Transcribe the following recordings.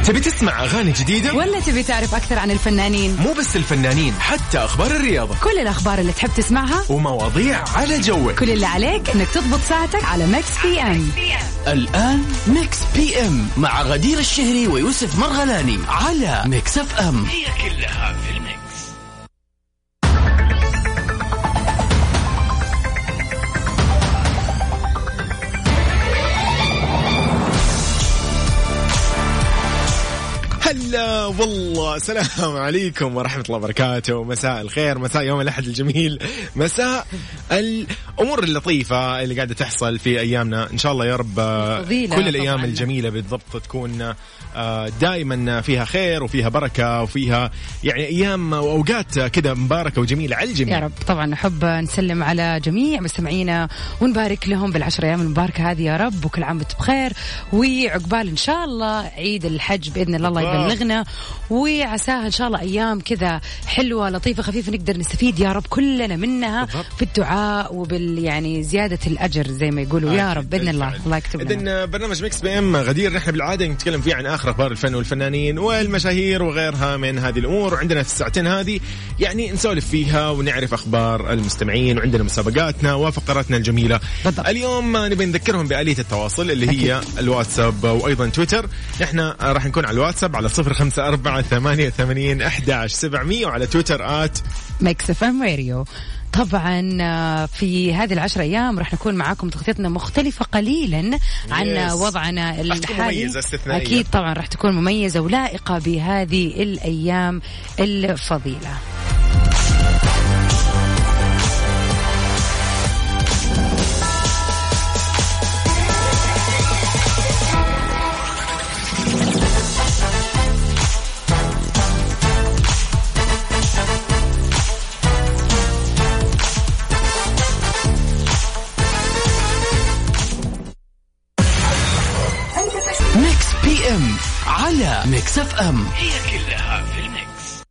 تبي تسمع أغاني جديدة ولا تبي تعرف أكثر عن الفنانين؟ مو بس الفنانين، حتى أخبار الرياضة، كل الأخبار اللي تحب تسمعها ومواضيع على جوك. كل اللي عليك إنك تضبط ساعتك على ميكس بي ام. الآن ميكس بي ام مع غدير الشهري ويوسف مرغلاني على ميكس اف ام. هي كلها في الميكس. هلا والله، السلام عليكم ورحمة الله وبركاته. مساء الخير، مساء يوم الأحد الجميل، مساء الأمور اللطيفة اللي قاعدة تحصل في أيامنا. إن شاء الله يا رب كل الأيام طبعاً الجميلة بالضبط تكون دائما فيها خير وفيها بركة وفيها يعني أيام وأوقات كده مباركة وجميلة على الجميع يا رب. طبعا نحب نسلم على جميع مستمعينا ونبارك لهم بالعشر أيام المباركة هذه يا رب، وكل عام وانتم بخير، وعقبال إن شاء الله عيد الحج بإذن الله يبلغنا، وعساها إن شاء الله أيام كذا حلوة لطيفة خفيفة نقدر نستفيد يا رب كلنا منها في الدعاء وبال يعني زيادة الأجر زي ما يقولوا يا رب بإذن الله. الله يكتب لنا. إذن برنامج ميكس بي ام غدير نحن بالعادة نتكلم فيه عن آخر أخبار الفن والفنانين والمشاهير وغيرها من هذه الأمور، وعندنا في الساعتين هذه يعني نسولف فيها ونعرف أخبار المستمعين، وعندنا مسابقاتنا وفقراتنا الجميلة. بالضبط. اليوم نبي نذكرهم بآلية التواصل اللي هي الواتساب وأيضا تويتر. نحن راح نكون على الواتساب على 0548811700 وعلى تويتر ميكس اف ام راديو. طبعا في هذه العشر أيام راح نكون معاكم تغطيتنا مختلفة قليلا عن وضعنا الحالي. أكيد طبعا راح تكون مميزة ولائقة بهذه الأيام الفضيلة. على ميكس اف ام هي كلها في الميكس.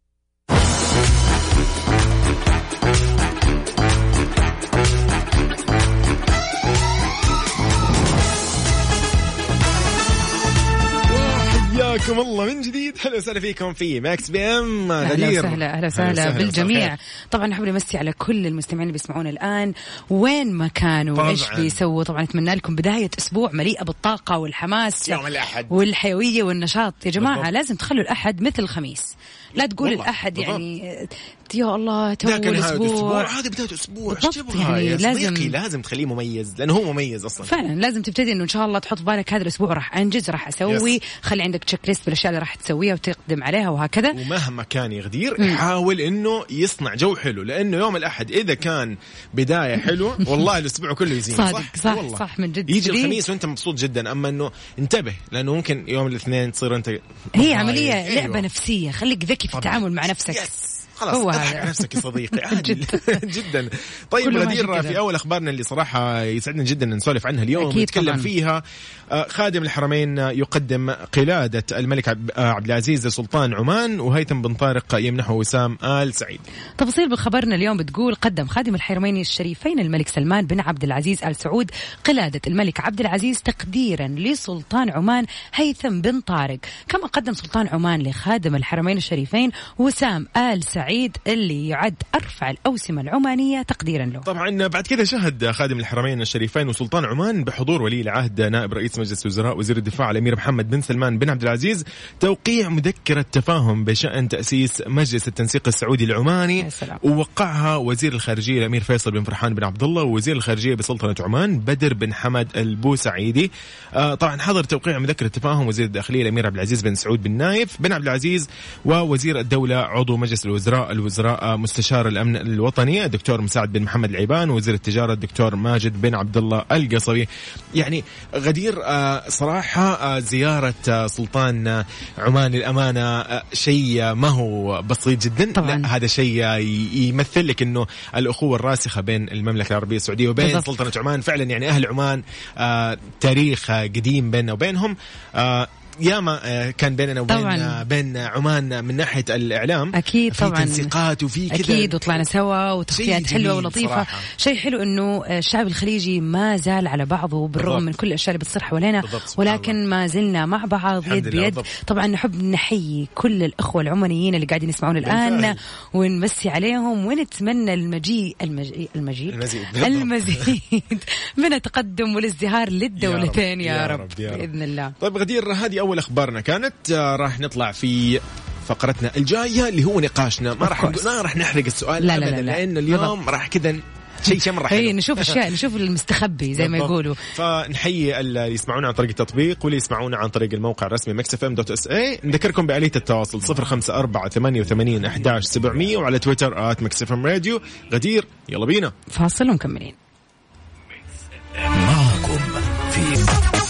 حياكم الله من جديد، هلا وسهلا فيكم في ماكس بي ام. اهلا وسهلا بالجميع. طبعا نحب نمسي على كل المستمعين اللي بيسمعونا الان وين ما كانوا وايش بيسووا. طبعا نتمنى لكم بدايه اسبوع مليئه بالطاقه والحماس يوم الأحد والحيويه والنشاط. يا جماعه بالضبط. لازم تخلوا الأحد مثل الخميس، لا تقول الأحد بالضبط. يعني يا الله تو الأسبوع هذا بداية أسبوع يعني لازم تخليه مميز لأنه هو مميز أصلا. فعلا لازم تبتدي إنه إن شاء الله تحط بالك هذا الأسبوع راح أنجز، راح أسوي، خلي عندك تشيك ليست بالأشياء اللي راح تسويها وتقدم عليها وهكذا. ومهما كان يغدير يحاول إنه يصنع جو حلو، لأنه يوم الأحد إذا كان بداية حلوة والله الأسبوع كله يزين. صح من جد. يجي الخميس وأنت مبسوط جدا، أما إنه انتبه لأنه ممكن يوم الاثنين تصير أنت هي عملية لعبة نفسية. خليك ذكي في التعامل مع نفسك. خلاص اضحك على نفسك يا صديقي. جدا. طيب غدير، في أول أخبارنا اللي صراحة يسعدنا جدا نسولف عنها اليوم نتكلم فيها، خادم الحرمين يقدم قلادة الملك عبد العزيز لسلطان عمان، وهيثم بن طارق يمنحه وسام آل سعيد. تفاصيل بخبرنا اليوم بتقول قدم خادم الحرمين الشريفين الملك سلمان بن عبد العزيز آل سعود قلادة الملك عبد العزيز تقديرا لسلطان عمان هيثم بن طارق، كما قدم سلطان عمان لخادم الحرمين الشريفين وسام آل سعيد اللي يعد أرفع الأوسمة العمانية تقديرا له. طبعا بعد كده شهد خادم الحرمين الشريفين وسلطان عمان بحضور ولي العهد نائب رئيس مجلس الوزراء وزير الدفاع الأمير محمد بن سلمان بن عبد العزيز توقيع مذكرة تفاهم بشأن تأسيس مجلس التنسيق السعودي العماني، ووقعها وزير الخارجية الأمير فيصل بن فرحان بن عبد الله ووزير الخارجية بسلطنة عمان بدر بن حمد البوسعيدي. طبعا حضر توقيع مذكرة تفاهم وزير الداخلية الأمير عبد العزيز بن سعود بن نايف بن عبد العزيز، ووزير الدولة عضو مجلس الوزراء مستشار الأمن الوطني الدكتور مساعد بن محمد العيبان، وزير التجارة الدكتور ماجد بن عبد الله القصبي. يعني غدير صراحة زيارة سلطان عمان للأمانة شيء ما هو بسيط جدا طبعا. لا هذا شيء يمثل لك إنه الأخوة الراسخة بين المملكة العربية السعودية وبين بالضبط. سلطنة عمان. فعلا يعني أهل عمان تاريخ قديم بيننا وبينهم. ياما كان بيننا وبين عمان من ناحية الإعلام أكيد في طبعا تنسيقات وفي كذا أكيد، وطلعنا سوا وتغطيات حلوة ولطيفة. شيء حلو إنه الشعب الخليجي ما زال على بعضه بالرغم من كل الأشياء اللي بتصير حوالينا، ولكن ما زلنا مع بعض يد بيد. طبعا نحب نحيي كل الأخوة العمانيين اللي قاعدين يسمعون الآن ونمسي عليهم ونتمنى المزيد من التقدم والازدهار للدولتين يا رب بإذن الله. طيب غدير، هذه أول أخبارنا كانت. راح نطلع في فقرتنا الجاية اللي هو نقاشنا. ما راح نحرق السؤال أبدا، لأن اليوم راح كذا شيء مرة حلو. نشوف أشياء، نشوف المستخبي زي ما يقولوا. فنحيي اللي يسمعونا عن طريق التطبيق واللي يسمعونا عن طريق الموقع الرسمي mixfm.sa. نذكركم بآلية التواصل 0548811700 وعلى تويتر @mixfmradio. غدير يلا بينا فاصل ومكملين معكم في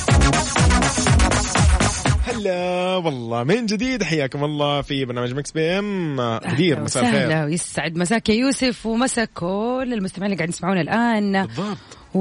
هلا والله من جديد. حياكم الله في برنامج مكس بي ام. غدير مساء الخير. ويسعد مساك يا يوسف ومساك كل المستمعين اللي قاعدين يسمعونا الآن. بالضبط.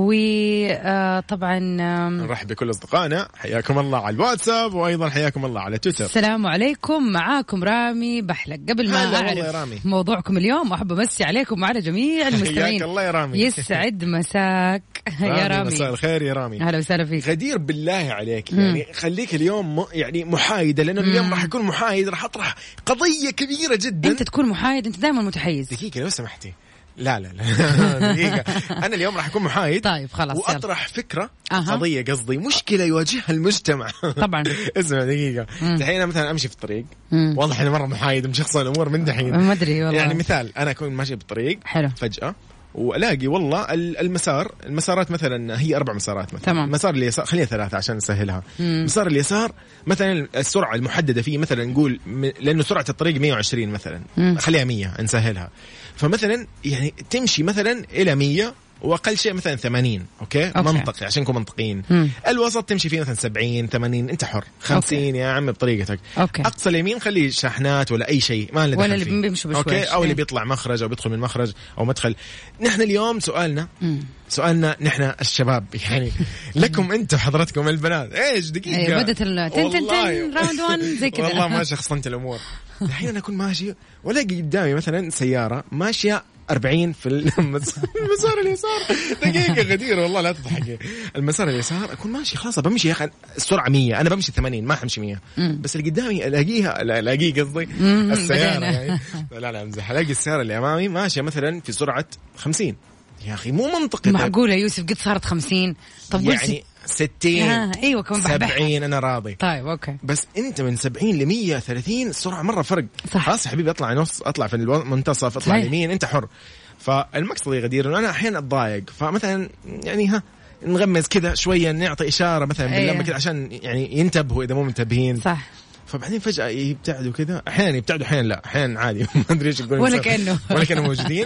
وطبعا نرحب بكل أصدقائنا. حياكم الله على الواتساب وأيضا حياكم الله على تويتر. السلام عليكم، معاكم رامي بحلق. قبل ما أعرف موضوعكم اليوم أحب أمسي عليكم وعلى جميع المستمعين. حياك الله يا رامي. يسعد مساك يا رامي. مساء الخير يا رامي. أهلا وسهلا فيك. غدير بالله عليك يعني خليك اليوم يعني محايدة، لأنه اليوم راح أكون محايد، راح أطرح قضية كبيرة جدا. أنت تكون محايد، أنت دائما متحيز. دقيقة لو سمحتي. لا دقيقة، أنا اليوم راح أكون محايد. طيب خلاص. وأطرح فكرة قضية قصدي مشكلة يواجهها المجتمع. طبعا. اسمع دقيقة، دحين مثلا أمشي في الطريق، والله أنا مرة محايد مشخصن الأمور من دحين. ما أدري والله. يعني مثال، أنا أكون ماشي بالطريق حلو فجأة وألاقي والله المسارات مثلا هي 4 مسارات مثلا. تمام. مسار اليسار خلينا 3 عشان نسهلها. مسار اليسار مثلا السرعة المحددة فيه مثلا نقول لأنه سرعة الطريق 120 مثلا، خليها 100 نسهلها. فمثلا يعني تمشي مثلا إلى 100 وأقل شيء مثلا 80. أوكي. منطقي عشان نكون منطقيين. الوسط تمشي فيه مثلا 70 80، أنت حر. 50 يا عم بطريقتك. أقصى اليمين خليه شاحنات ولا أي شيء ما لنا ولا اللي بيمشي بشويش. أوكي. أو اللي بيطلع مخرج أو بيدخل من مخرج أو مدخل. نحن اليوم سؤالنا نحن الشباب يعني لكم أنتم حضرتكم البنات إيش دقيقة بدت راوند 1 زي كذا. والله ما شخصنت الأمور. الحين أنا أكون ماشي ولاقي قدامي مثلا سيارة ماشية 40 في المسار اليسار. دقيقة غدير والله لا تضحكي. المسار اليسار أكون ماشي خلاص بمشي يا أخي السرعة 100، أنا بمشي 80 ما حمشي 100. بس اللي قدامي ألاقيه قصدي السيارة يعني لا أمزح، ألاقي السيارة اللي أمامي ماشية مثلا في سرعة 50. يا أخي مو منطقي. معقول يا يوسف قد صارت 50؟ طب يعني 60 ايوه كمان 70 انا راضي. طيب اوكي. بس انت من 70 ل 130 السرعه مره فرق. خلاص حبيبي اطلع نص، اطلع في المنتصف، اطلع اليمين، انت حر. فالمقصد يغدير انه انا احيانا اتضايق، فمثلا يعني نغمز كذا شويه، نعطي اشاره مثلا باللمبه كذا عشان يعني ينتبهوا اذا مو منتبهين. صح. فبعدين فجأة يبتعدوا كذا، أحيانا يبتعدوا أحيانا لا، أحيانا عادي ما أدري إيش يقولون ولا كانوا موجودين.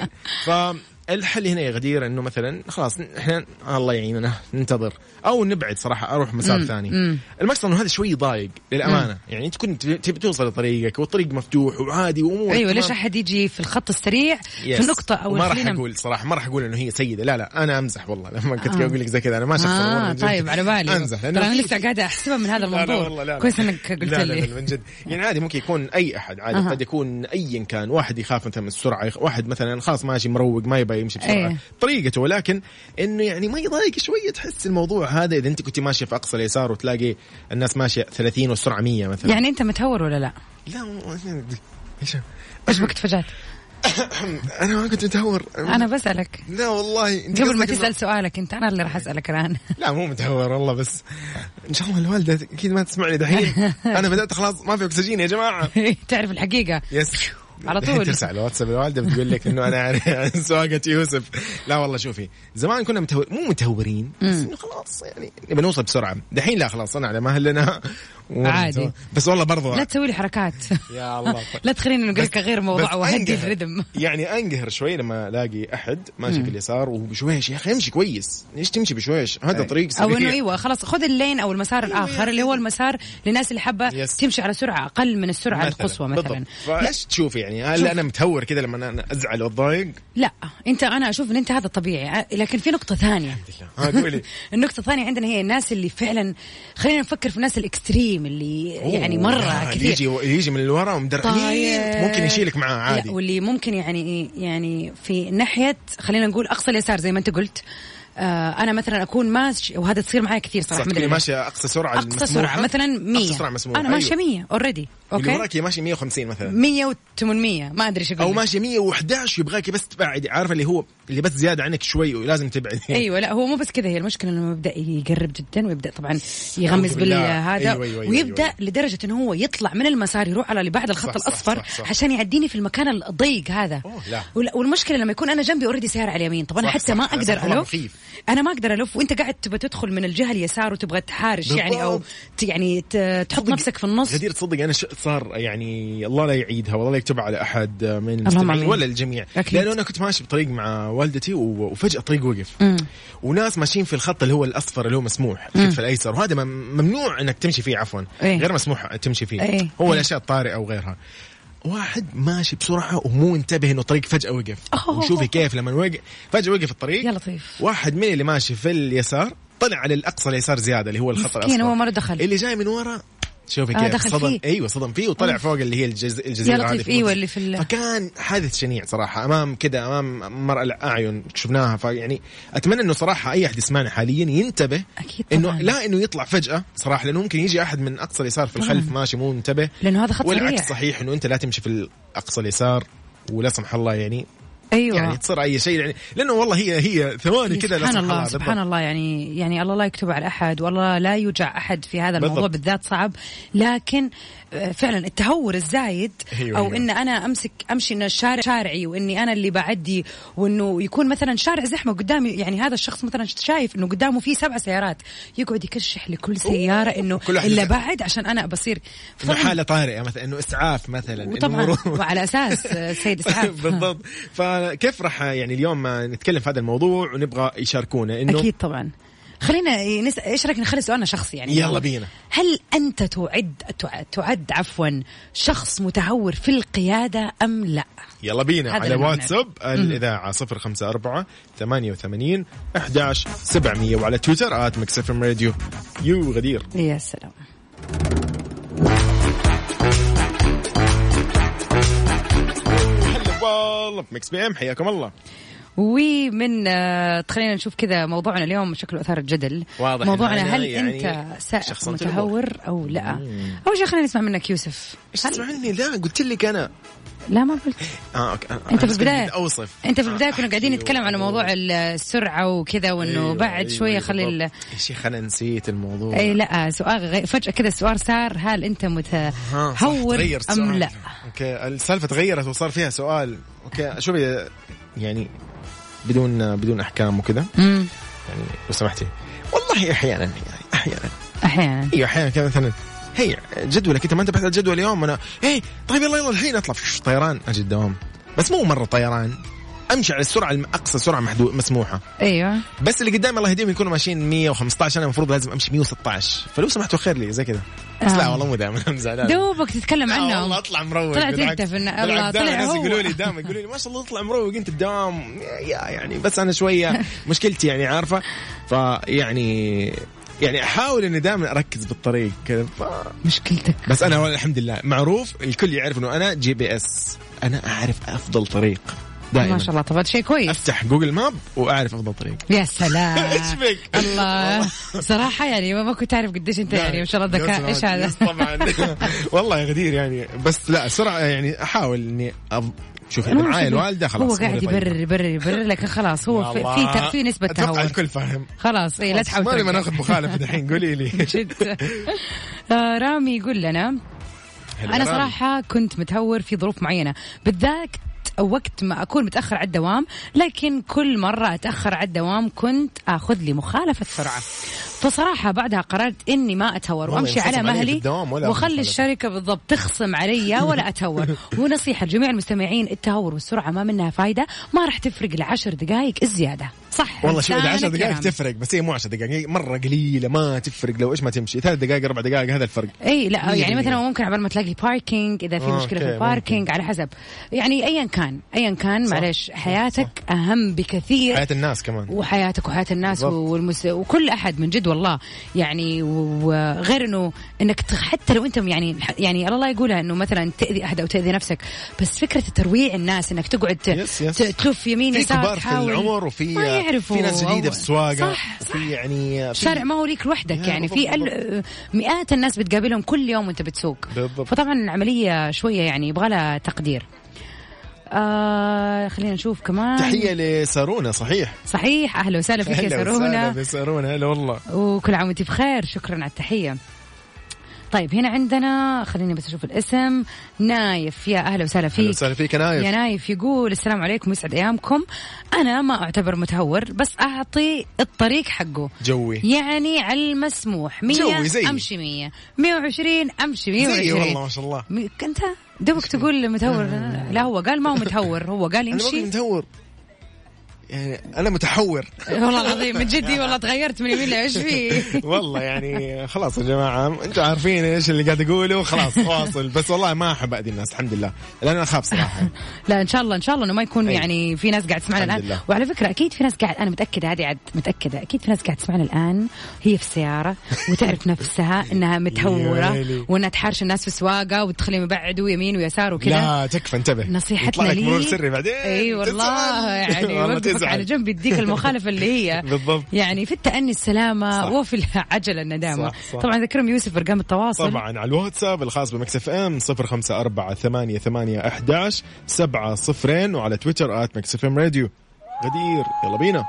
فالحل هنا يا غدير إنه مثلا خلاص إحنا الله يعيننا ننتظر أو نبعد صراحة، أروح مسار ثاني. المقصد إنه هذا شوي ضايق للأمانة. يعني تكون تبي توصل لطريقك والطريق مفتوح وعادي وأمور. أيوة ليش أحد يجي في الخط السريع في النقطة أو ما راح أقول صراحة، ما راح أقول إنه هي سيدة، لا أنا أمزح والله لما كنت أقول لك زي كذا، أنا ما شخص طيب على بالي أمزح أنا لسه قاعدة أحسبها من هذا الموضوع. كويس إنك قلت لي. لا من جد يعني عادي ممكن يكون أي أحد عادي. قد يكون أيا كان، واحد يخاف مثلا من السرعة، واحد مثلا خلاص ماشي مروق ما يبغى يمشي بسرعة طريقته، ولكن إنه يعني ما يضايق شوية تحس الموضوع هذا إذا أنت كنت ماشي في أقصى اليسار وتلاقي الناس ماشية 30 والسرعة 100 مثلا. يعني أنت متهور ولا لا؟ لا إيش بك تفاجأت؟ أنا ما كنت متهور، أنا بسألك. لا والله قبل ما تسأل سؤالك أنت أنا اللي راح أسألك الآن. لا مو متهور والله، بس إن شاء الله الوالدة أكيد ما تسمعني دحين. أنا بدأت خلاص ما في أكسجين يا جماعة. تعرف الحقيقة يس على طول ترسل على واتساب الوالدة بتقول لك إنه أنا عن سواقة يوسف. لا والله شوفي، زمان كنا مو متهورين، بس إنه خلاص يعني نبي نوصل بسرعة. دحين لا خلاص أنا على مهلنا عادي. بس والله برضو لا تسوي لي حركات يا الله. لا تخليني نقول لك غير موضوع وهدي الردم. يعني أنقهر شوي لما ألاقي أحد ماشي في اليسار وهو بشويش. يا أخي امشي كويس، ليش تمشي بشويش؟ هذا طريق سريع. أو إنه أيوة خلاص خذ اللين أو المسار الآخر اللي هو المسار للناس اللي حابة تمشي على سرعة أقل من السرعة القصوى مثلا. فإيش تشوف يعني؟ هل أنا متهور كذا لما أنا أزعل وأتضايق؟ لا أنا أشوف إن أنت هذا طبيعي، لكن في نقطة ثانية. قولي. النقطة الثانية عندنا هي الناس اللي فعلا، خلينا نفكر في الناس الإكستريم القديم اللي يعني مرة كثير يجي من الوراء ومدرعين ممكن يشيلك معاه عادي. واللي ممكن يعني في ناحية خلينا نقول أقصى اليسار زي ما أنت قلت. أنا مثلا أكون ماشي وهذا تصير معي كثير صراحة. ماشية أقصى سرعة مثلا 100 أنا ماشية 100 أوريدي. أوكي. اللي وراك ماشي 150 مثلا 100 و800 ما أدري شو أو ماشي 111 يبغاك بس تبعد. عارفة اللي هو اللي بس زيادة عنك شوي ولازم تبعد. أيوة لا هو مو بس كذا. هي المشكلة إنه يبدأ يقرب جدا ويبدأ طبعا يغمز بالهذا. أيوة. ويبدأ لدرجة إنه هو يطلع من المسار يروح على اللي بعد الخط الأصفر صح. عشان يعديني في المكان الضيق هذا. والمشكلة لما يكون أنا جنبي أوريدي سيارة على اليمين طبعا حتى ما أقدر ألف. أنا ما أقدر ألف وأنت قاعد تبغى تدخل من الجهة اليسار وتبغى تحارش يعني أو يعني تحط نفسك في النص. غدير تصدق أنا صار يعني الله لا يعيدها والله لا يكتبها على أحد من المستمعين ولا الجميع. لأنه أنا كنت ماشي بطريق مع والدتي وفجأة الطريق وقف وناس ماشيين في الخط اللي هو الأصفر اللي هو مسموح الكتف الأيسر وهذا ممنوع أنك تمشي فيه عفوا غير مسموح تمشي فيه هو الأشياء الطارئة أو غيرها. واحد ماشي بسرعة ومو انتبه إنه الطريق فجأة وقف. وشوفي كيف لما وقف فجأة وقف الطريق. يا لطيف. واحد من اللي ماشي في اليسار طلع على الأقصى اليسار زيادة اللي هو الخط الأصفر. هو مرة دخل. اللي جاي من ورا شوفي كيف صدم. أيوة صدم فيه وطلع فوق اللي هي الجزيرة هذه. أيوة اللي في فكان حادث شنيع صراحة أمام مرأة الأعين شفناها. فيعني أتمنى إنه صراحة أي أحد يسمعنا حاليا ينتبه إنه لا إنه يطلع فجأة صراحة لأنه ممكن يجي أحد من أقصى اليسار في الخلف ماشي مو منتبه لأنه هذا خط والعكس صحيح إنه أنت لا تمشي في الأقصى اليسار ولا سمح الله يعني أيوة. يعني تصير أي شيء يعني لأنه والله هي ثواني كذا. سبحان الله يعني الله لا يكتب على أحد والله لا يوجع أحد في هذا الموضوع بالذات صعب. لكن فعلا التهور الزايد أو إن أنا أمشي إن الشارع شارعي وإني أنا اللي بعدي وإنه يكون مثلا شارع زحمة قدامي. يعني هذا الشخص مثلا شايف إنه قدامه فيه 7 سيارات يقعد يكشح لكل سيارة إنه إلا بعد عشان أنا بصير حالة طارئة مثلا إنه إسعاف مثلا وطبعا وعلى أساس سيد إسعاف. بالضبط. فكيف راح يعني اليوم نتكلم في هذا الموضوع ونبغى يشاركونا إنه أكيد طبعا. خلينا إيش رأيك نخلي سؤالنا شخصي يعني. يلا بينا. هل أنت تعد شخص متهور في القيادة أم لا؟ يلا بينا على واتساب الإذاعة 054-88-11-700 وعلى تويتر @mixfmradio. يو غدير. يا سلام. هلا والله ميكس بي ام حياكم الله. ومن خلينا نشوف كذا موضوعنا اليوم شكله أثار الجدل. موضوعنا هل يعني أنت سائق متهور أو لا؟ أول شيء خلينا نسمع منك يوسف. تسمع مني؟ لا قلت لك أنا لا ما قلت. أوكي. أنت في البداية أنت في البداية كنا قاعدين نتكلم عن موضوع السرعة وكذا وإنه بعد شوية خلي شيء خلنا نسيت الموضوع. أي لا سؤال فجأة كذا السؤال صار هل أنت متهور أم لا؟ أوكي السالفة تغيرت وصار فيها سؤال. أوكي شوفي يعني بدون أحكام وكذا يعني لو سمحتي والله أحيانا أيوة أحيانا كذا مثلا هي جدولك أنت ما انتبهت على الجدول اليوم أنا طيب يلا الحين أطلع في طيران أجي الدوام بس مو مرة طيران أمشي على السرعة أقصى سرعة مسموحة. أيوة بس اللي قدامي الله يهديهم يكونوا ماشيين 115 أنا المفروض لازم أمشي 116 فلو سمحتوا خير لي زي كذا. بس لا والله مو دائما زعلان دوبك تتكلم عنه والله أطلع مروق. طلعت أنت في الله طلع هو يقولوا لي ما شاء الله تطلع مروق أنت الدوام يعني بس أنا شوية مشكلتي يعني عارفة يعني أحاول إني دائما أركز بالطريق كذا مشكلتك. بس أنا الحمد لله معروف الكل يعرف إنه أنا GPS أنا أعرف أفضل طريق دائما. ما شاء الله طبعا شيء كويس. أفتح جوجل ماب وأعرف أفضل طريق. يا سلام. إيش بك؟ الله صراحة يعني ما كنت أعرف قديش أنت يعني ما شاء الله ذكاء. إيش هذا؟ طبعا والله يا غدير يعني بس لا سرعة يعني أحاول إني شوف معايا الوالدة خلاص هو قاعد يبرر لكن خلاص هو في نسبة تهور. أتوقع الكل فاهم. خلاص لا تحاول. ما ناخذ مخالفة الحين قولي لي. رامي يقول لنا أنا صراحة كنت متهور في ظروف معينة بالذات وقت ما أكون متأخر على الدوام لكن كل مرة أتأخر على الدوام كنت أخذ لي مخالفة سرعة فصراحة بعدها قررت إني ما أتهور وأمشي على مهلي وخلي الشركة بالضبط تخصم علي ولا أتهور. ونصيحة لجميع المستمعين التهور والسرعة ما منها فايدة ما راح تفرق ل10 دقائق الزيادة. صح والله شوف إذا 10 لسانك دقائق ينام. تفرق، بس هي مو 10 دقائق، مرة قليلة ما تفرق لو إيش ما تمشي. 3 دقائق 4 دقائق هذا الفرق. اي لا يعني مثلا ممكن عبر ما تلاقي باركينج اذا في مشكله في الباركينج، على حسب يعني ايا كان معلش حياتك صح. اهم بكثير، حياة الناس كمان، وحياتك وحياة الناس وكل احد من جد والله يعني. وغير انك حتى لو انت يعني الله يقولها انه مثلا تأذي احد او تأذي نفسك، بس فكرة ترويع الناس انك تقعد تلف يمين يسار، في العمر وفي ناس جديدة في السواقة، في يعني شارع ما هو ليك لوحدك يعني في مئات الناس بتقابلهم كل يوم وانت بتسوق. فطبعا العملية شوية يعني يبغى لها تقدير. خلينا نشوف كمان. تحية لسارونا. صحيح أهلا وسهلا فيك يا سارونا. هلا والله، وكل عام وانت بخير. شكرا على التحية. طيب هنا عندنا، خليني بس أشوف الاسم، نايف. يا أهلا وسهلا فيك. أهلا وسهلا فيك نايف. يا نايف يقول السلام عليكم يسعد أيامكم. أنا ما أعتبر متهور، بس أعطي الطريق حقه جوي، يعني على المسموح. 100 أمشي 100، 120 أمشي 120. والله ما شاء الله. كنت دوبك تقول متهور. لا هو قال ما هو متهور، هو قال يمشي. أنا متهور يعني أنا متحور والله العظيم من جدي والله تغيرت من يمين لإيش فيه. والله يعني خلاص يا جماعة أنتوا عارفين إيش اللي قاعد أقوله، خلاص واصل. بس والله ما أحب أذي الناس الحمد لله، لأن أنا أخاف صراحة. لا إن شاء الله إنه ما يكون يعني في ناس قاعد تسمعنا الآن. وعلى فكرة أكيد في ناس قاعد، أنا متأكدة هذه متأكدة أكيد في ناس قاعد تسمعنا الآن هي في السيارة وتعرف نفسها إنها متهورة وإنها تحارش الناس في السواقة وتخليهم يبعدوا يمين ويسار وكذا. لا تكفى، انتبه، نصيحتنا لي مرور سري بعدين. أي والله يعني وقفك على جنب يديك المخالفة اللي هي بالضبط. يعني في التأني السلامة صح. وفي العجلة الندامة. صح. طبعا ذكرهم يوسف أرقام التواصل طبعا على الواتساب الخاص بمكس اف ام 0548811700 وعلى تويتر @مكسفمراديو. غدير يلا بينا.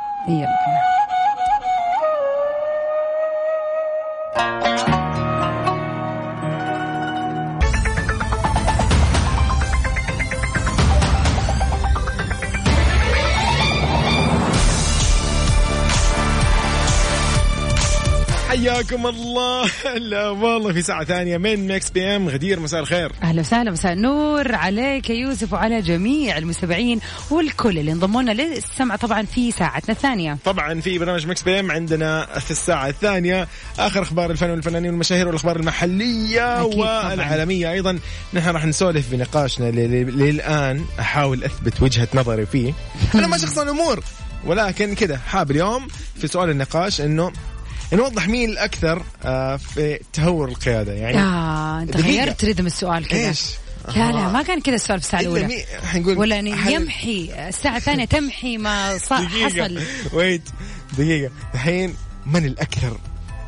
حياكم الله. لا والله في ساعة ثانية من ميكس بي ام. غدير مساء الخير. أهلا وسهلا، مساء النور عليك يا يوسف وعلى جميع المستمعين والكل اللي انضموا لنا للسمع طبعا في ساعتنا الثانية. طبعا في برنامج ميكس بي ام عندنا في الساعة الثانية آخر أخبار الفن والفنانين والمشاهير والأخبار المحلية والعالمية. أيضا نحن راح نسولف بنقاشنا للآن أحاول أثبت وجهة نظري فيه. أنا ما شخص الأمور، ولكن كده حاب اليوم في سؤال النقاش إنه نوضح مين الأكثر في تهور القيادة. يعني أنت غيرت رتم السؤال كذا. لا ما كان كذا السؤال في الساعة الأولى ولا يمحي الساعة الثانية تمحي ما حصل. ويت دقيقة الحين من الأكثر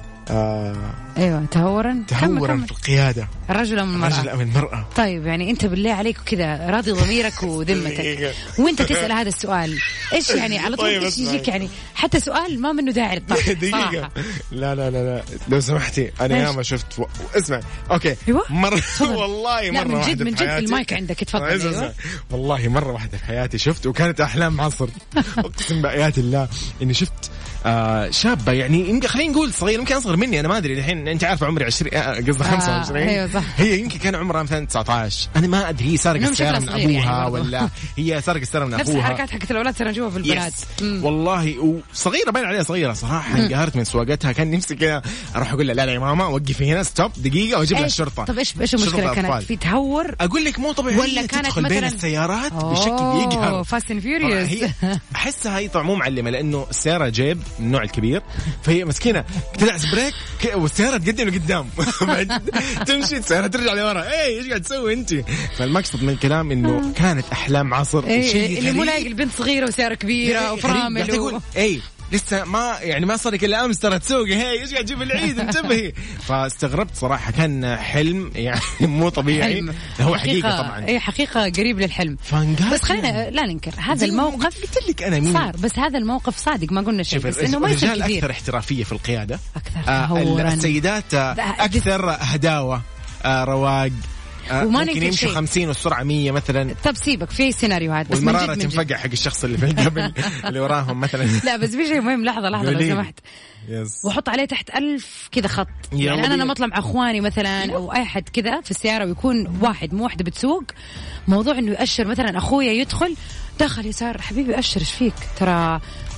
ايوه تهورا في القيادة، الرجل أم المرأة؟ طيب يعني انت بالله عليك كذا راضي ضميرك وذمتك وانت تسأل هذا السؤال ايش يعني على طول ايش يجيك يعني حتى سؤال ما منه داعي للطرح. دقيقة لا لو سمحتي انا ياما شفت اسمع اوكي مرة والله مرة واحدة من جد المايك عندك تفضل. والله مرة واحدة في حياتي شفت وكانت احلام عصر اقسم بآيات الله اني شفت شابة يعني خلينا نقول صغير يمكن اصغر مني، انا ما ادري الحين انت عارفه عمري 20 قصدي 25. ايوه صح. هي يمكن كان عمرها مثلا 19 انا ما ادري. هي سارقه السياره من ابوها يعني ولا هي سارقه السياره من ابوها. نفس الحركات حقت الاولاد ترى نشوفها في البنات. والله وصغيره باين عليها صغيره صراحه. انقهرت من سواقتها، كان نفسي كذا اروح اقول لها لا يا ماما وقفي هنا ستوب دقيقه واجيب لها الشرطه. طب ايش المشكله كانت في تهور؟ اقول لك مو طبيعي ولا كانت تدخل بين السيارات بشكل يقهر. فاست اند فيوريوس. هي احسها هي طبعا مو معلمه لانه السياره جيب من النوع الكبير، فهي مسكينه تدعس بريك والسياره تقدم لقدام تمشي السياره ترجع لورا. ايش قاعد تسوي انت؟ فالمقصد من الكلام انه كانت احلام عصر. شيء اللي مو لاقي البنت صغيره وسياره كبيره وفرامل لسه ما صار كل امس ترى تسوقي. هي ايش قاعد تجيب العيد انتبهي. فاستغربت صراحه، كان حلم يعني مو طبيعي. هو حقيقه طبعا اي حقيقه قريب للحلم. بس خلينا لا ننكر هذا الموقف. قلت لك انا مين صار، بس هذا الموقف صادق ما قلنا شيء، بس انه ما يصير كثير. اكثر احترافيه في القياده، اكثر تهورا. السيدات اكثر هداوه رواق. ممكن يمشي 50 والسرعة 100 مثلا. طب سيبك في سيناريوهات بس والمرارة تنفقع حق الشخص اللي في القبل اللي وراهم مثلا. لا بس في شيء مهم، لحظة لو سمحت وحط عليه تحت 1000 كذا خط. يعني أنا لما أطلع مع أخواني مثلا أو أي حد كذا في السيارة ويكون واحد مو واحدة بتسوق، موضوع إنه يأشر مثلا أخويا يدخل دخل يسار حبيبي أشر إيش فيك ترى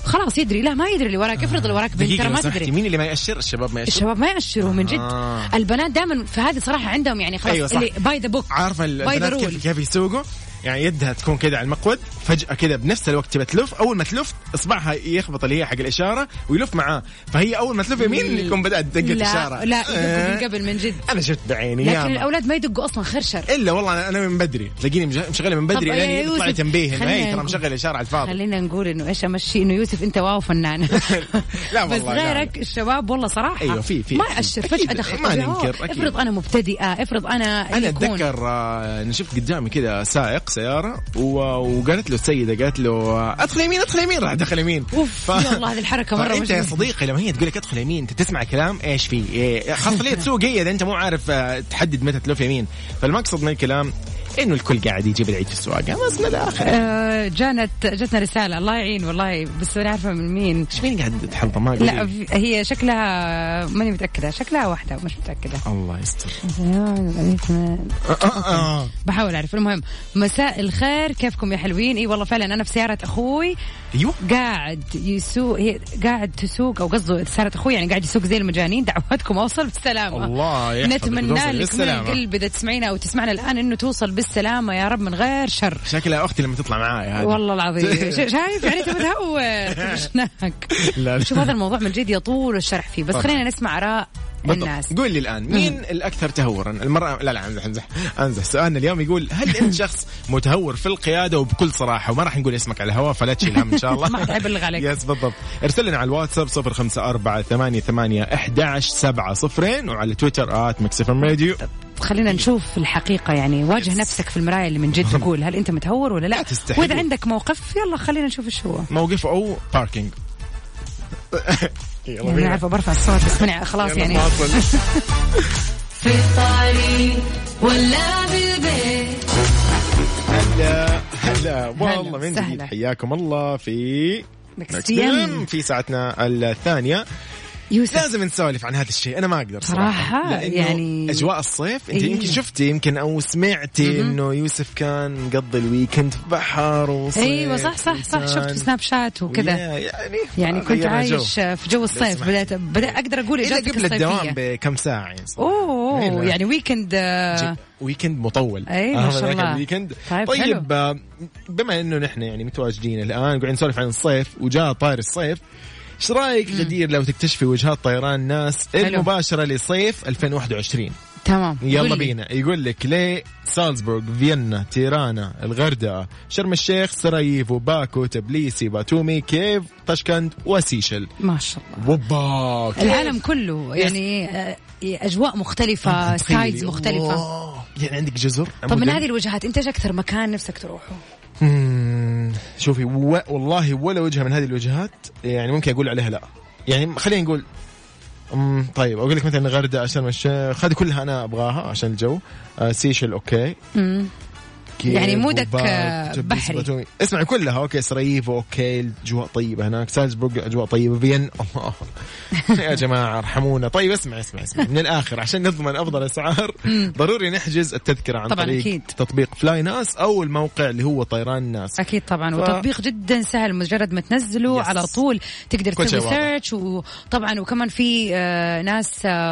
خلاص يدري. لا ما يدري اللي وراك. افرض اللي وراك بنت ترى ما تدري. مين اللي ما يأشر؟ الشباب ما يأشر. الشباب ما يأشروا من جد. البنات دائما في هذه صراحة عندهم يعني خلاص. أيوة اللي باي ذا بوك. عارفة البنات كيف يسوقوا؟ يعني يدها تكون كده على المقود، فجأة كده بنفس الوقت تبى تلف، أول ما تلف إصبعها يخبط اللي هي حق الإشارة ويلف معاه، فهي أول ما تلف يمين يكون بدأت تدق الإشارة. لا يدقوا من قبل من جد. أنا شفت بعيني. لكن الأولاد ما يدقوا أصلا خرشر. إلا والله أنا من بدري تلاقيني مشغلة من بدري يعني يطلع تنبيه هي ترى مشغل إشارة على الفاضي. خلينا نقول إنه إيش أمشي إنه يوسف أنت واو فنان. لا بس غيرك الشباب والله صراحة أيوة في ما أشر فجأة دخل. ما ننكر. افرض أنا مبتدئة، افرض أنا أتذكر أنا شفت قدامي كده سائق سيارة وقالت له السيدة، قالت له ادخل يمين، راح دخل يمين. والله هذه الحركة مرة انت يا صديقي لما هي تقول لك ادخل يمين انت تسمع كلام ايش فيه، خاصة ليه تسوق هي اذا انت مو عارف تحدد متى تلف يمين. فالمقصد من الكلام انه الكل قاعد يجيب العيد في السواقه بس للاخر. جاتنا رسالة الله يعين والله، بس انا عارفة من مين. ايش مين قاعد تحلطم؟ ما لا هي شكلها ماني متأكدة، شكلها واحدة مش متأكدة. الله يستر. بحاول اعرف. المهم مساء الخير كيفكم يا حلوين؟ اي والله فعلا انا في سيارة اخوي. ايوه قاعد يسوق، هي قاعد تسوق او قصده سيارة اخوي يعني قاعد يسوق زي المجانين. دعواتكم اوصل بالسلامة. الله يحفظك. نتمنى لك من القلب اذا تسمعينا او تسمعنا الان انه توصل بالسلامة يا رب من غير شر. شكلها اختي لما تطلع معايا هذه والله العظيم. شايف يعني تبى تهور. شوف هذا الموضوع من جد يطول الشرح فيه، بس خلينا نسمع آراء الناس. قول لي الآن مين الأكثر تهورا المرأة؟ لا أمزح. سؤالنا اليوم يقول هل أنت شخص متهور في القيادة؟ وبكل صراحة وما راح نقول اسمك على الهواء فلا تشيل هم إن شاء الله. ما حيبلغ عليك. يس بالضبط. ارسل لنا على الواتساب 0548811700 وعلى تويتر @mixfmradio. خلينا نشوف الحقيقة يعني. واجه نفسك في المراية اللي من جد تقول هل أنت متهور ولا لا. وإذا عندك موقف يلا خلينا نشوف إيش هو موقف أو باركينج. يعني عارفة برفع الصوت بس منع خلاص يعني. في الطريق ولا بالبيت. هلا والله من جديد حياكم الله في في ساعتنا الثانية. يوسف. لازم نسولف عن هذا الشيء. أنا ما أقدر صراحة يعني أجواء الصيف. أنت يمكن شفتي يمكن أو سمعتي إنه يوسف كان مقضي الويكند في بحر وصيف. أيوة صح شفت في سناب شات وكذا يعني كنت عايش في جو الصيف. بدأت أقدر أقول إجازتك قبل الدوام بكم ساعة يعني. أوه يعني ويكند مطول. أي ما شاء الله. ويكند طيب بما إنه نحن يعني متواجدين الآن قاعدين نسولف عن الصيف وجاء طاير الصيف، ايش رايك غدير لو تكتشفي وجهات طيران الناس المباشره لصيف 2021؟ تمام يلا بينا. يقول لك ليه سالزبورغ، فيينا، تيرانا، الغردقه، شرم الشيخ، سراييفو، باكو، تبليسي، باتومي، كيف، طشكند وسيشل. ما شاء الله العالم كله يعني اجواء مختلفه، ستايلز مختلفه. يعني عندك جزر. طب من هذه الوجهات انت ايش اكثر مكان نفسك تروحه؟ شوفي والله ولا وجهة من هذه الوجهات يعني ممكن أقول عليها لا. يعني خلينا نقول طيب أقول لك مثلا غردقة، شرم الشيخ، هذه كلها أنا أبغاها عشان الجو. سيشل أوكي. يعني مودك بحري. اسمع كلها أوكي. سراييفو أوكي الأجواء طيبة هناك. سالزبورغ أجواء طيبة. فين الله يا جماعة ارحمونا. طيب اسمع من الآخر عشان نضمن أفضل أسعار ضروري نحجز التذكرة عن طريق أكيد. تطبيق فلاي ناس أو الموقع اللي هو طيران الناس. أكيد طبعا. وتطبيق جدا سهل، مجرد ما تنزله على طول تقدر تسوي سيرش. وطبعا وكمان في ناس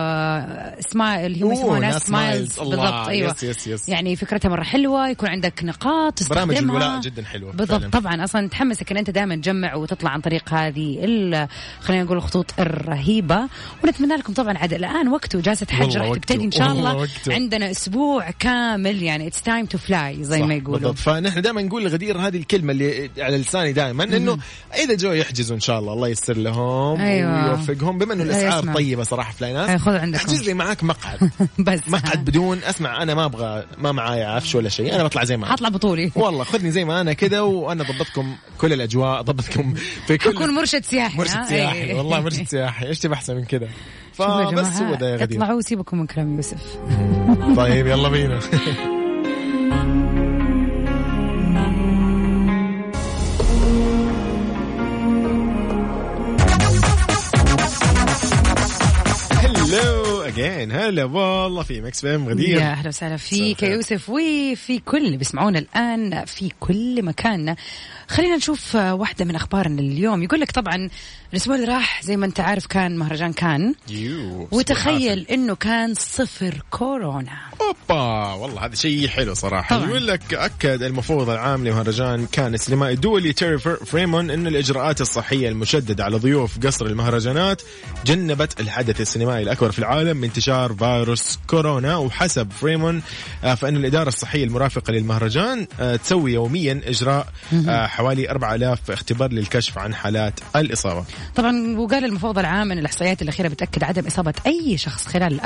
سمايل اللي هم يسموها ناس سمايلز بالضبط. أيوة يس. يعني فكرتها مرة حلوة، يكون عندك نقاط تستخدمها. برامج الولاء جدا حلوة بالضبط فعلا. طبعا أصلا تحمسك أن أنت دائما تجمع وتطلع عن طريق هذه خلينا نقول الخطوط الرهيبة. ونتمنى لكم طبعا عاد الآن وقته جالسة حج راح تبتدي إن شاء الله. عندنا أسبوع كامل يعني it's time to fly زي ما يقولوا. بالضبط. فنحن دائما نقول لغدير هذه الكلمة اللي على لساني دائما إنه إذا جو يحجزوا إن شاء الله يسر لهم. أيوة. ويوفقهم بما إنه الأسعار طيبة صراحة في ناس. خذ عندك احجز لي معاك مقعد بس مقعد بدون اسمع. أنا ما معايا عفش ولا شيء، أنا بطلع زي ما أطلع بطولي والله. خذني زي ما أنا كده وأنا ضبطكم كل الأجواء، ضبطكم في كل. أكون مرشد سياحي. والله مرشد سياحي. إيش تبي أحسن من كده؟ فبس هو ده يا غدير. اطلعوا وسيبكم من كلام يوسف. طيب يلا بينا. Hello again. الحين. هلا والله في مكس بي ام غدير. يا أهلا وسهلا فيك يا يوسف وفي كل اللي بيسمعونا الآن في كل مكان. خلينا نشوف واحدة من أخبارنا اليوم. يقول لك طبعا الأسبوع اللي راح زي ما أنت عارف كان مهرجان كان، وتخيل إنه كان 0 كورونا. أوبا والله هذا شيء حلو صراحة. يقول لك أكد المفوض العام لمهرجان كان السينمائي الدولي تيري فريمون إن الإجراءات الصحية المشددة على ضيوف قصر المهرجانات جنبت الحدث السينمائي الأكبر في العالم من انتشار فيروس كورونا. وحسب فريمون فإن الإدارة الصحية المرافقة للمهرجان تسوي يوميا إجراء حوالي 4000 اختبار للكشف عن حالات الإصابة. طبعا وقال المفوض العام أن الإحصائيات الأخيرة بتأكد عدم إصابة أي شخص خلال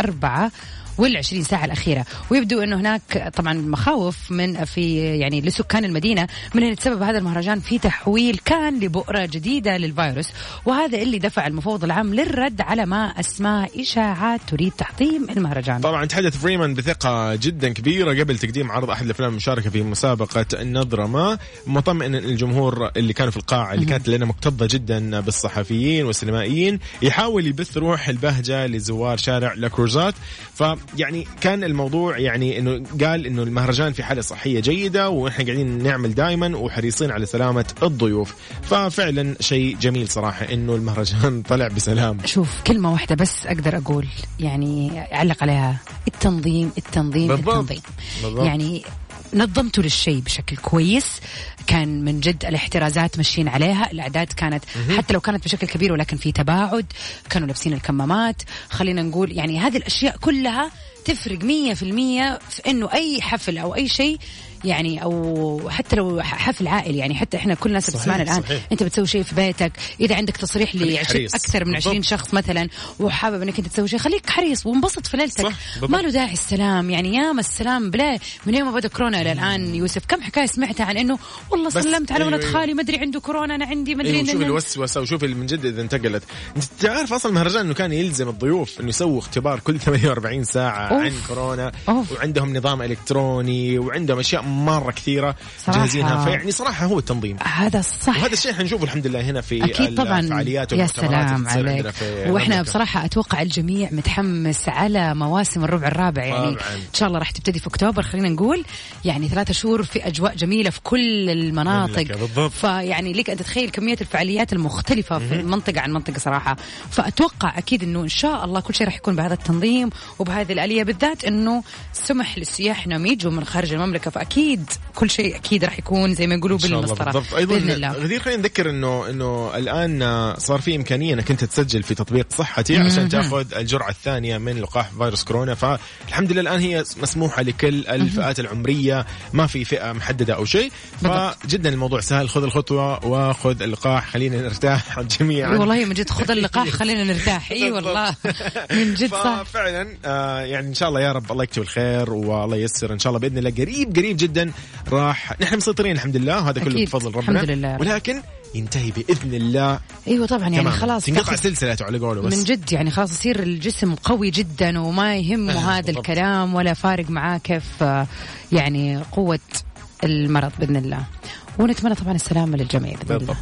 24 ساعة الأخيرة. ويبدو أنه هناك طبعا مخاوف من في يعني لسكان المدينة من أن يتسبب هذا المهرجان في تحويل كان لبؤرة جديدة للفيروس، وهذا اللي دفع المفوض العام للرد على ما أسماه إشاعات تريد تحطيم المهرجان. طبعا تحدث فريمان بثقة جدا كبيرة قبل تقديم عرض أحد الأفلام المشاركة في مسابقة النظرة ما، مطمئن الجمهور اللي كانوا في القاعة اللي كانت لنا مكتظة جدا بالصحفيين والسينمائيين يحاول يبث روح البهجة لزوار شارع لاكروزات. يعني كان الموضوع يعني انه قال انه المهرجان في حالة صحية جيدة ونحن قاعدين نعمل دائما وحريصين على سلامة الضيوف. ففعلا شيء جميل صراحة انه المهرجان طلع بسلام. شوف كلمة واحدة بس اقدر اقول يعني اعلق عليها، التنظيم بالضبط. يعني نظمتوا للشيء بشكل كويس، كان من جد الاحترازات ماشيين عليها، الأعداد كانت حتى لو كانت بشكل كبير ولكن في تباعد، كانوا لابسين الكمامات. خلينا نقول يعني هذه الأشياء كلها تفرق 100% في إنه أي حفل أو أي شيء يعني أو حتى لو حفل عائلي، يعني حتى إحنا كل الناس بتسمعنا الآن صحيح. أنت بتسوي شيء في بيتك، إذا عندك تصريح أكثر من 20 شخص مثلا وحابب إنك أنت تسوي شيء، خليك حريص وانبسط في ليلتك. ما له داعي السلام، يعني يا السلام بلا من يوم ما بدأ كورونا إلى الآن يوسف كم حكاية سمعتها عن إنه والله سلمت على ولد خالي ما أدري عنده كورونا أنا عندي ما أدري. شوف الوسوسة وشوف من جد إذا انتقلت. أنت تعرف أصلا المهرجان إنه كان يلزم الضيوف إنه يسووا اختبار كل 48 ساعة عن كورونا، وعندهم نظام إلكتروني وعندهم أشياء مرة كثيرة جاهزينها. فيعني صراحة هو التنظيم هذا الصح، وهذا الشيء حنشوفه الحمد لله هنا في الفعاليات والمؤتمرات اللي تصير. واحنا بصراحة أتوقع الجميع متحمس على مواسم الربع الرابع، يعني إن شاء الله راح تبتدي في أكتوبر. خلينا نقول يعني 3 شهور في أجواء جميلة في كل المناطق، فيعني لك أن تتخيل كمية الفعاليات المختلفة في منطقة عن منطقة صراحة. فأتوقع أكيد إنه إن شاء الله كل شيء راح يكون بهذا التنظيم وبهذه الآلية، بالذات إنه سمح للسياح إنهم يجوا من خارج المملكة، فأكيد كل شيء أكيد راح يكون زي ما يقولوا بالمسطرة بإذن الله. غدير خلينا نذكر إنه الآن صار في إمكانية إنك أنت تسجل في تطبيق صحتي عشان تأخذ الجرعة الثانية من لقاح فيروس كورونا. فالحمد لله الآن هي مسموحة لكل الفئات العمرية، ما في فئة محددة أو شيء. فجدا الموضوع سهل، خذ الخطوة وخذ اللقاح، خلينا نرتاح جميعا. والله من جد خذ اللقاح خلينا نرتاح. اي والله من جد صح. فعلا يعني إن شاء الله يا رب الله يكتب الخير والله ييسر إن شاء الله بإذن الله قريب جدا راح نحن مسيطرين الحمد لله، هذا كله بفضل ربنا الحمد لله. ولكن ينتهي بإذن الله. ايوه طبعا يعني خلاص تنقطع سلسلته على قوله، بس من جد يعني خلاص يصير الجسم قوي جدا وما يهمه هذا الكلام ولا فارق معاه كيف يعني قوة المرض بإذن الله. ونتمنى طبعا السلامة للجميع بإذن الله.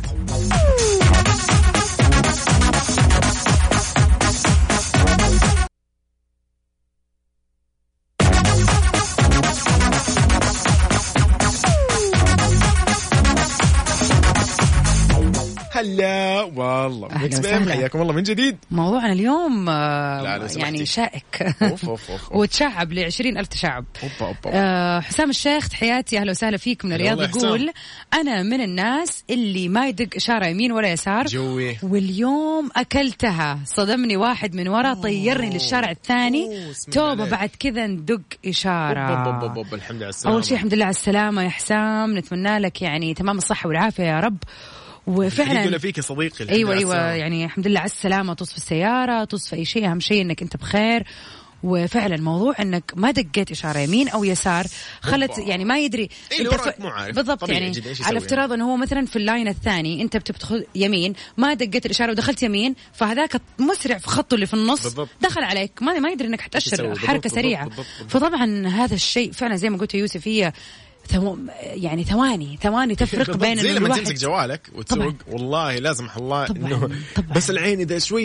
هلا والله حياكم الله من جديد. موضوعنا اليوم يعني شائك وتشعب ل20,000 تشعب. حسام الشيخ تحياتي أهلا وسهلا فيك من الرياض، يقول أنا من الناس اللي ما يدق إشارة يمين ولا يسار جوي. واليوم أكلتها، صدمني واحد من ورا طيرني للشارع الثاني، توبة بعد كذا ندق إشارة. الحمد لله السلامة. أول شيء الحمد لله على السلامة يا حسام، نتمنى لك يعني تمام الصحة والعافية يا رب. وفعلا يقول فيك يا صديقي ايوه يعني الحمد لله على السلامه، تصف السياره تصف اي شيء، اهم شيء انك انت بخير. وفعلا موضوع انك ما دقيت اشاره يمين او يسار خلت يعني ما يدري انت مو عارف بالضبط، يعني على افتراض انه هو مثلا في اللاين الثاني انت بتدخل يمين ما دقيت الاشاره ودخلت يمين، فهذاك مسرع في خطه اللي في النص بالضبط. دخل عليك ما يدري انك حتأشر حركه سريعه بالضبط. فطبعا هذا الشيء فعلا زي ما قلت يا يوسف هي يعني ثواني تفرق بين زي لما تمسك جوالك وتسوق والله لازم الله انه بس العين اذا شوي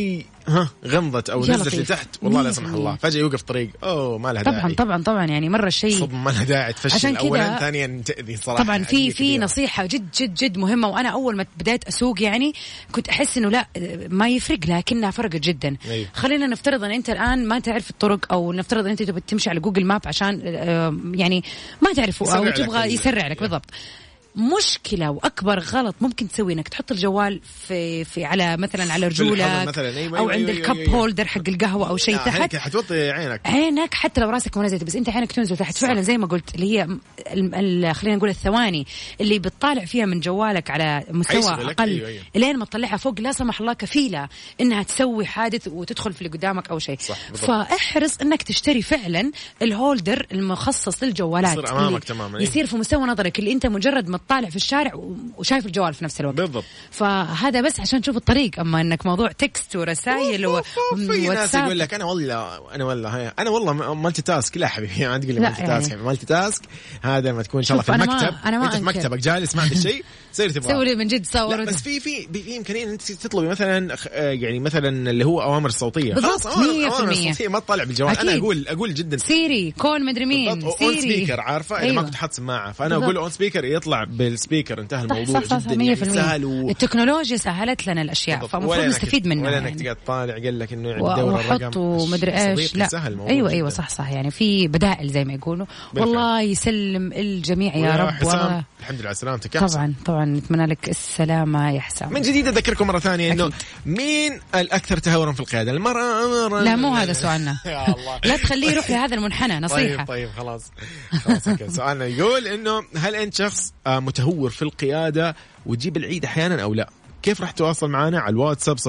غمضت او نزلت لتحت والله لا سمح الله فجأة يوقف طريق ما لها داعي. طبعا يعني مرة شيء صدمة ما لها داعي تفشل أولا، ثانيا تأذي صراحة. طبعا في نصيحة جد جد جد مهمة، وأنا أول ما بدأت أسوق يعني كنت أحس إنه لا ما يفرق، لكنها فرقت جدا. أيوه. خلينا نفترض أن أنت الآن ما تعرف الطرق، أو نفترض أن أنت تبغى تمشي على جوجل ماب عشان يعني ما تعرف أو تبغى يسرع لك بالضبط. مشكلة وأكبر غلط ممكن تسوي إنك تحط الجوال في على مثلا على رجولك أو عند الكب هولدر حق القهوة أو شيء تحت، حتوطي عينك حتى لو راسك منزل، بس أنت عينك تنزل تحت فعلا زي ما قلت، اللي هي خلينا نقول الثواني اللي بتطالع فيها من جوالك على مستوى أقل لين ما تطلعها فوق لا سمح الله كفيلة إنها تسوي حادث وتدخل في اللي قدامك أو شيء. فاحرص إنك تشتري فعلا الهولدر المخصص للجوالات، يصير أمامك تماما، يصير في مستوى نظرك، اللي أنت مجرد ما طالع في الشارع وشايف الجوال في نفس الوقت. بالضبط. فهذا بس عشان تشوف الطريق، اما انك موضوع تكست ورسائل في ناس يقول لك انا والله مالتي تاسك. لا حبيبي ما تقول لي مالتي تاسك، مالتي تاسك هذا ما تكون ان شاء الله في المكتب، انت في مكتبك جالس ما عندك شيء تصير تبغى سوي من جد صور. بس في امكانيه انت تطلبي مثلا يعني مثلا اللي هو اوامر صوتيه، بالضبط 100% ما تطلع بالجوال. انا اقول جدا سيري كون مدري مين سيري سبيكر، عارفه اذا ما كنت حاط سماعه فانا اقول اون سبيكر يطلع بالسبيكر، انتهى الموضوع. جدا سهل التكنولوجيا سهلت لنا الاشياء، فالمفروض نستفيد منها. ولا انك تقعد طالع قال لك انه الدوره الرقم ومدري ايش، لا ايوه صح يعني في بدائل زي ما يقولوا. والله يسلم الجميع يا رب. الحمد لله على سلامتك يا حسام. طبعا نتمنى لك السلامه يا حسام. من جديد اذكركم مره ثانيه انه مين الاكثر تهورا في القياده، المراه؟ لا مو هذا سؤالنا. لا تخليه يروح لهذا المنحنى، نصيحه. طيب خلاص سؤالنا يقول انه هل انت شخص متهور في القياده وتجيب العيد احيانا او لا؟ كيف راح تواصل معنا؟ على الواتساب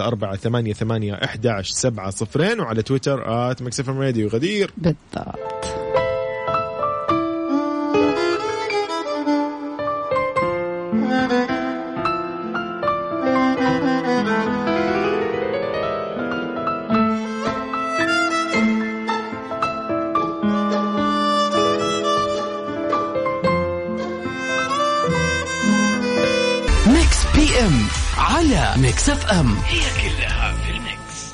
0548811700 وعلى تويتر @mixfmradio. غدير بالضبط. على ميكس اف ام، هي كلها في الميكس.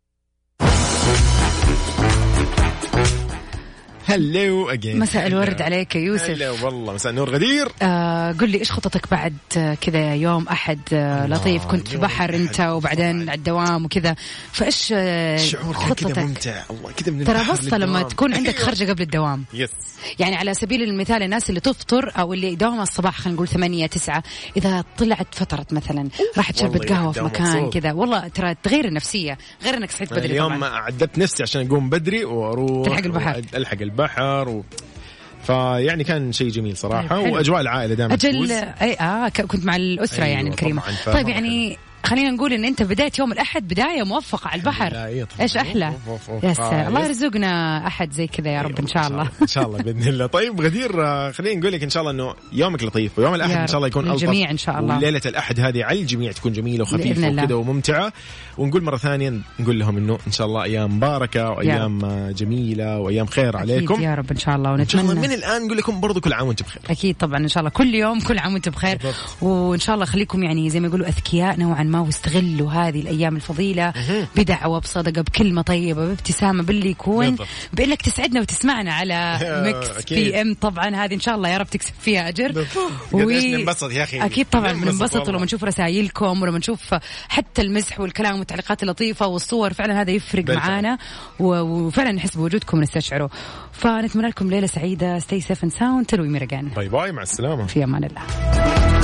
هلو اجين. مساء الورد عليك يا يوسف. هلا والله مساء النور غدير. قل لي ايش خطتك بعد كذا يوم أحد لطيف؟ كنت في بحر انت وبعدين على الدوام وكذا، فايش شعور كذا ممتع؟ الله كذا من ترى بسطة لما تكون عندك خرجة قبل الدوام. يس. يعني على سبيل المثال الناس اللي تفطر او اللي دوامها الصباح خلينا نقول 8-9 اذا طلعت فترت مثلا راحت شربت قهوة في مكان كذا، والله ترى تغير النفسية غير انك صحيت بدري. اليوم عدت نفسي عشان اقوم بدري واروح الحق البحر فيعني كان شيء جميل صراحة. وأجواء العائلة دائما كنت مع الأسرة يعني الكريمة. طيب يعني خلينا نقول ان انت بداية يوم الأحد بداية موفقة على البحر. ايش احلى. يا سلام، الله يرزقنا أحد زي كذا يا رب ان شاء الله. ان شاء الله باذن الله. طيب غدير خلينا نقول لك ان شاء الله انه يومك لطيف ويوم الأحد ان شاء الله يكون ألطف الجميع ان شاء الله. وليلة الأحد هذه على الجميع تكون جميلة وخفيفة وكذا وممتعة. ونقول مرة ثانية نقول لهم انه ان شاء الله ايام مباركة وايام جميلة وايام خير عليكم يا رب ان شاء الله. ونتمنى من الآن نقول لكم برضو كل عام وانتم بخير. اكيد طبعا ان شاء الله كل يوم كل عام وانتم بخير. وان شاء الله خليكم يعني زي ما يقولوا اذكياء نوعا ما واستغلوا هذه الأيام الفضيلة بدعوة بصدقة بكلمة طيبة بابتسامة باللي يكون بإنك تسعدنا وتسمعنا على ميكس بي ام. طبعا هذه إن شاء الله يا رب تكسب فيها أجر. ننبسط يا أخي. أكيد طبعا ننبسط ولما نشوف رسائلكم ولما نشوف حتى المزح والكلام والتعليقات اللطيفة والصور فعلا هذا يفرق معانا وفعلا نحس بوجودكم ونستشعره. فنتمنى لكم ليلة سعيدة. stay safe and sound. تلوي ميرجان. باي باي مع السلامة. في أمان الله.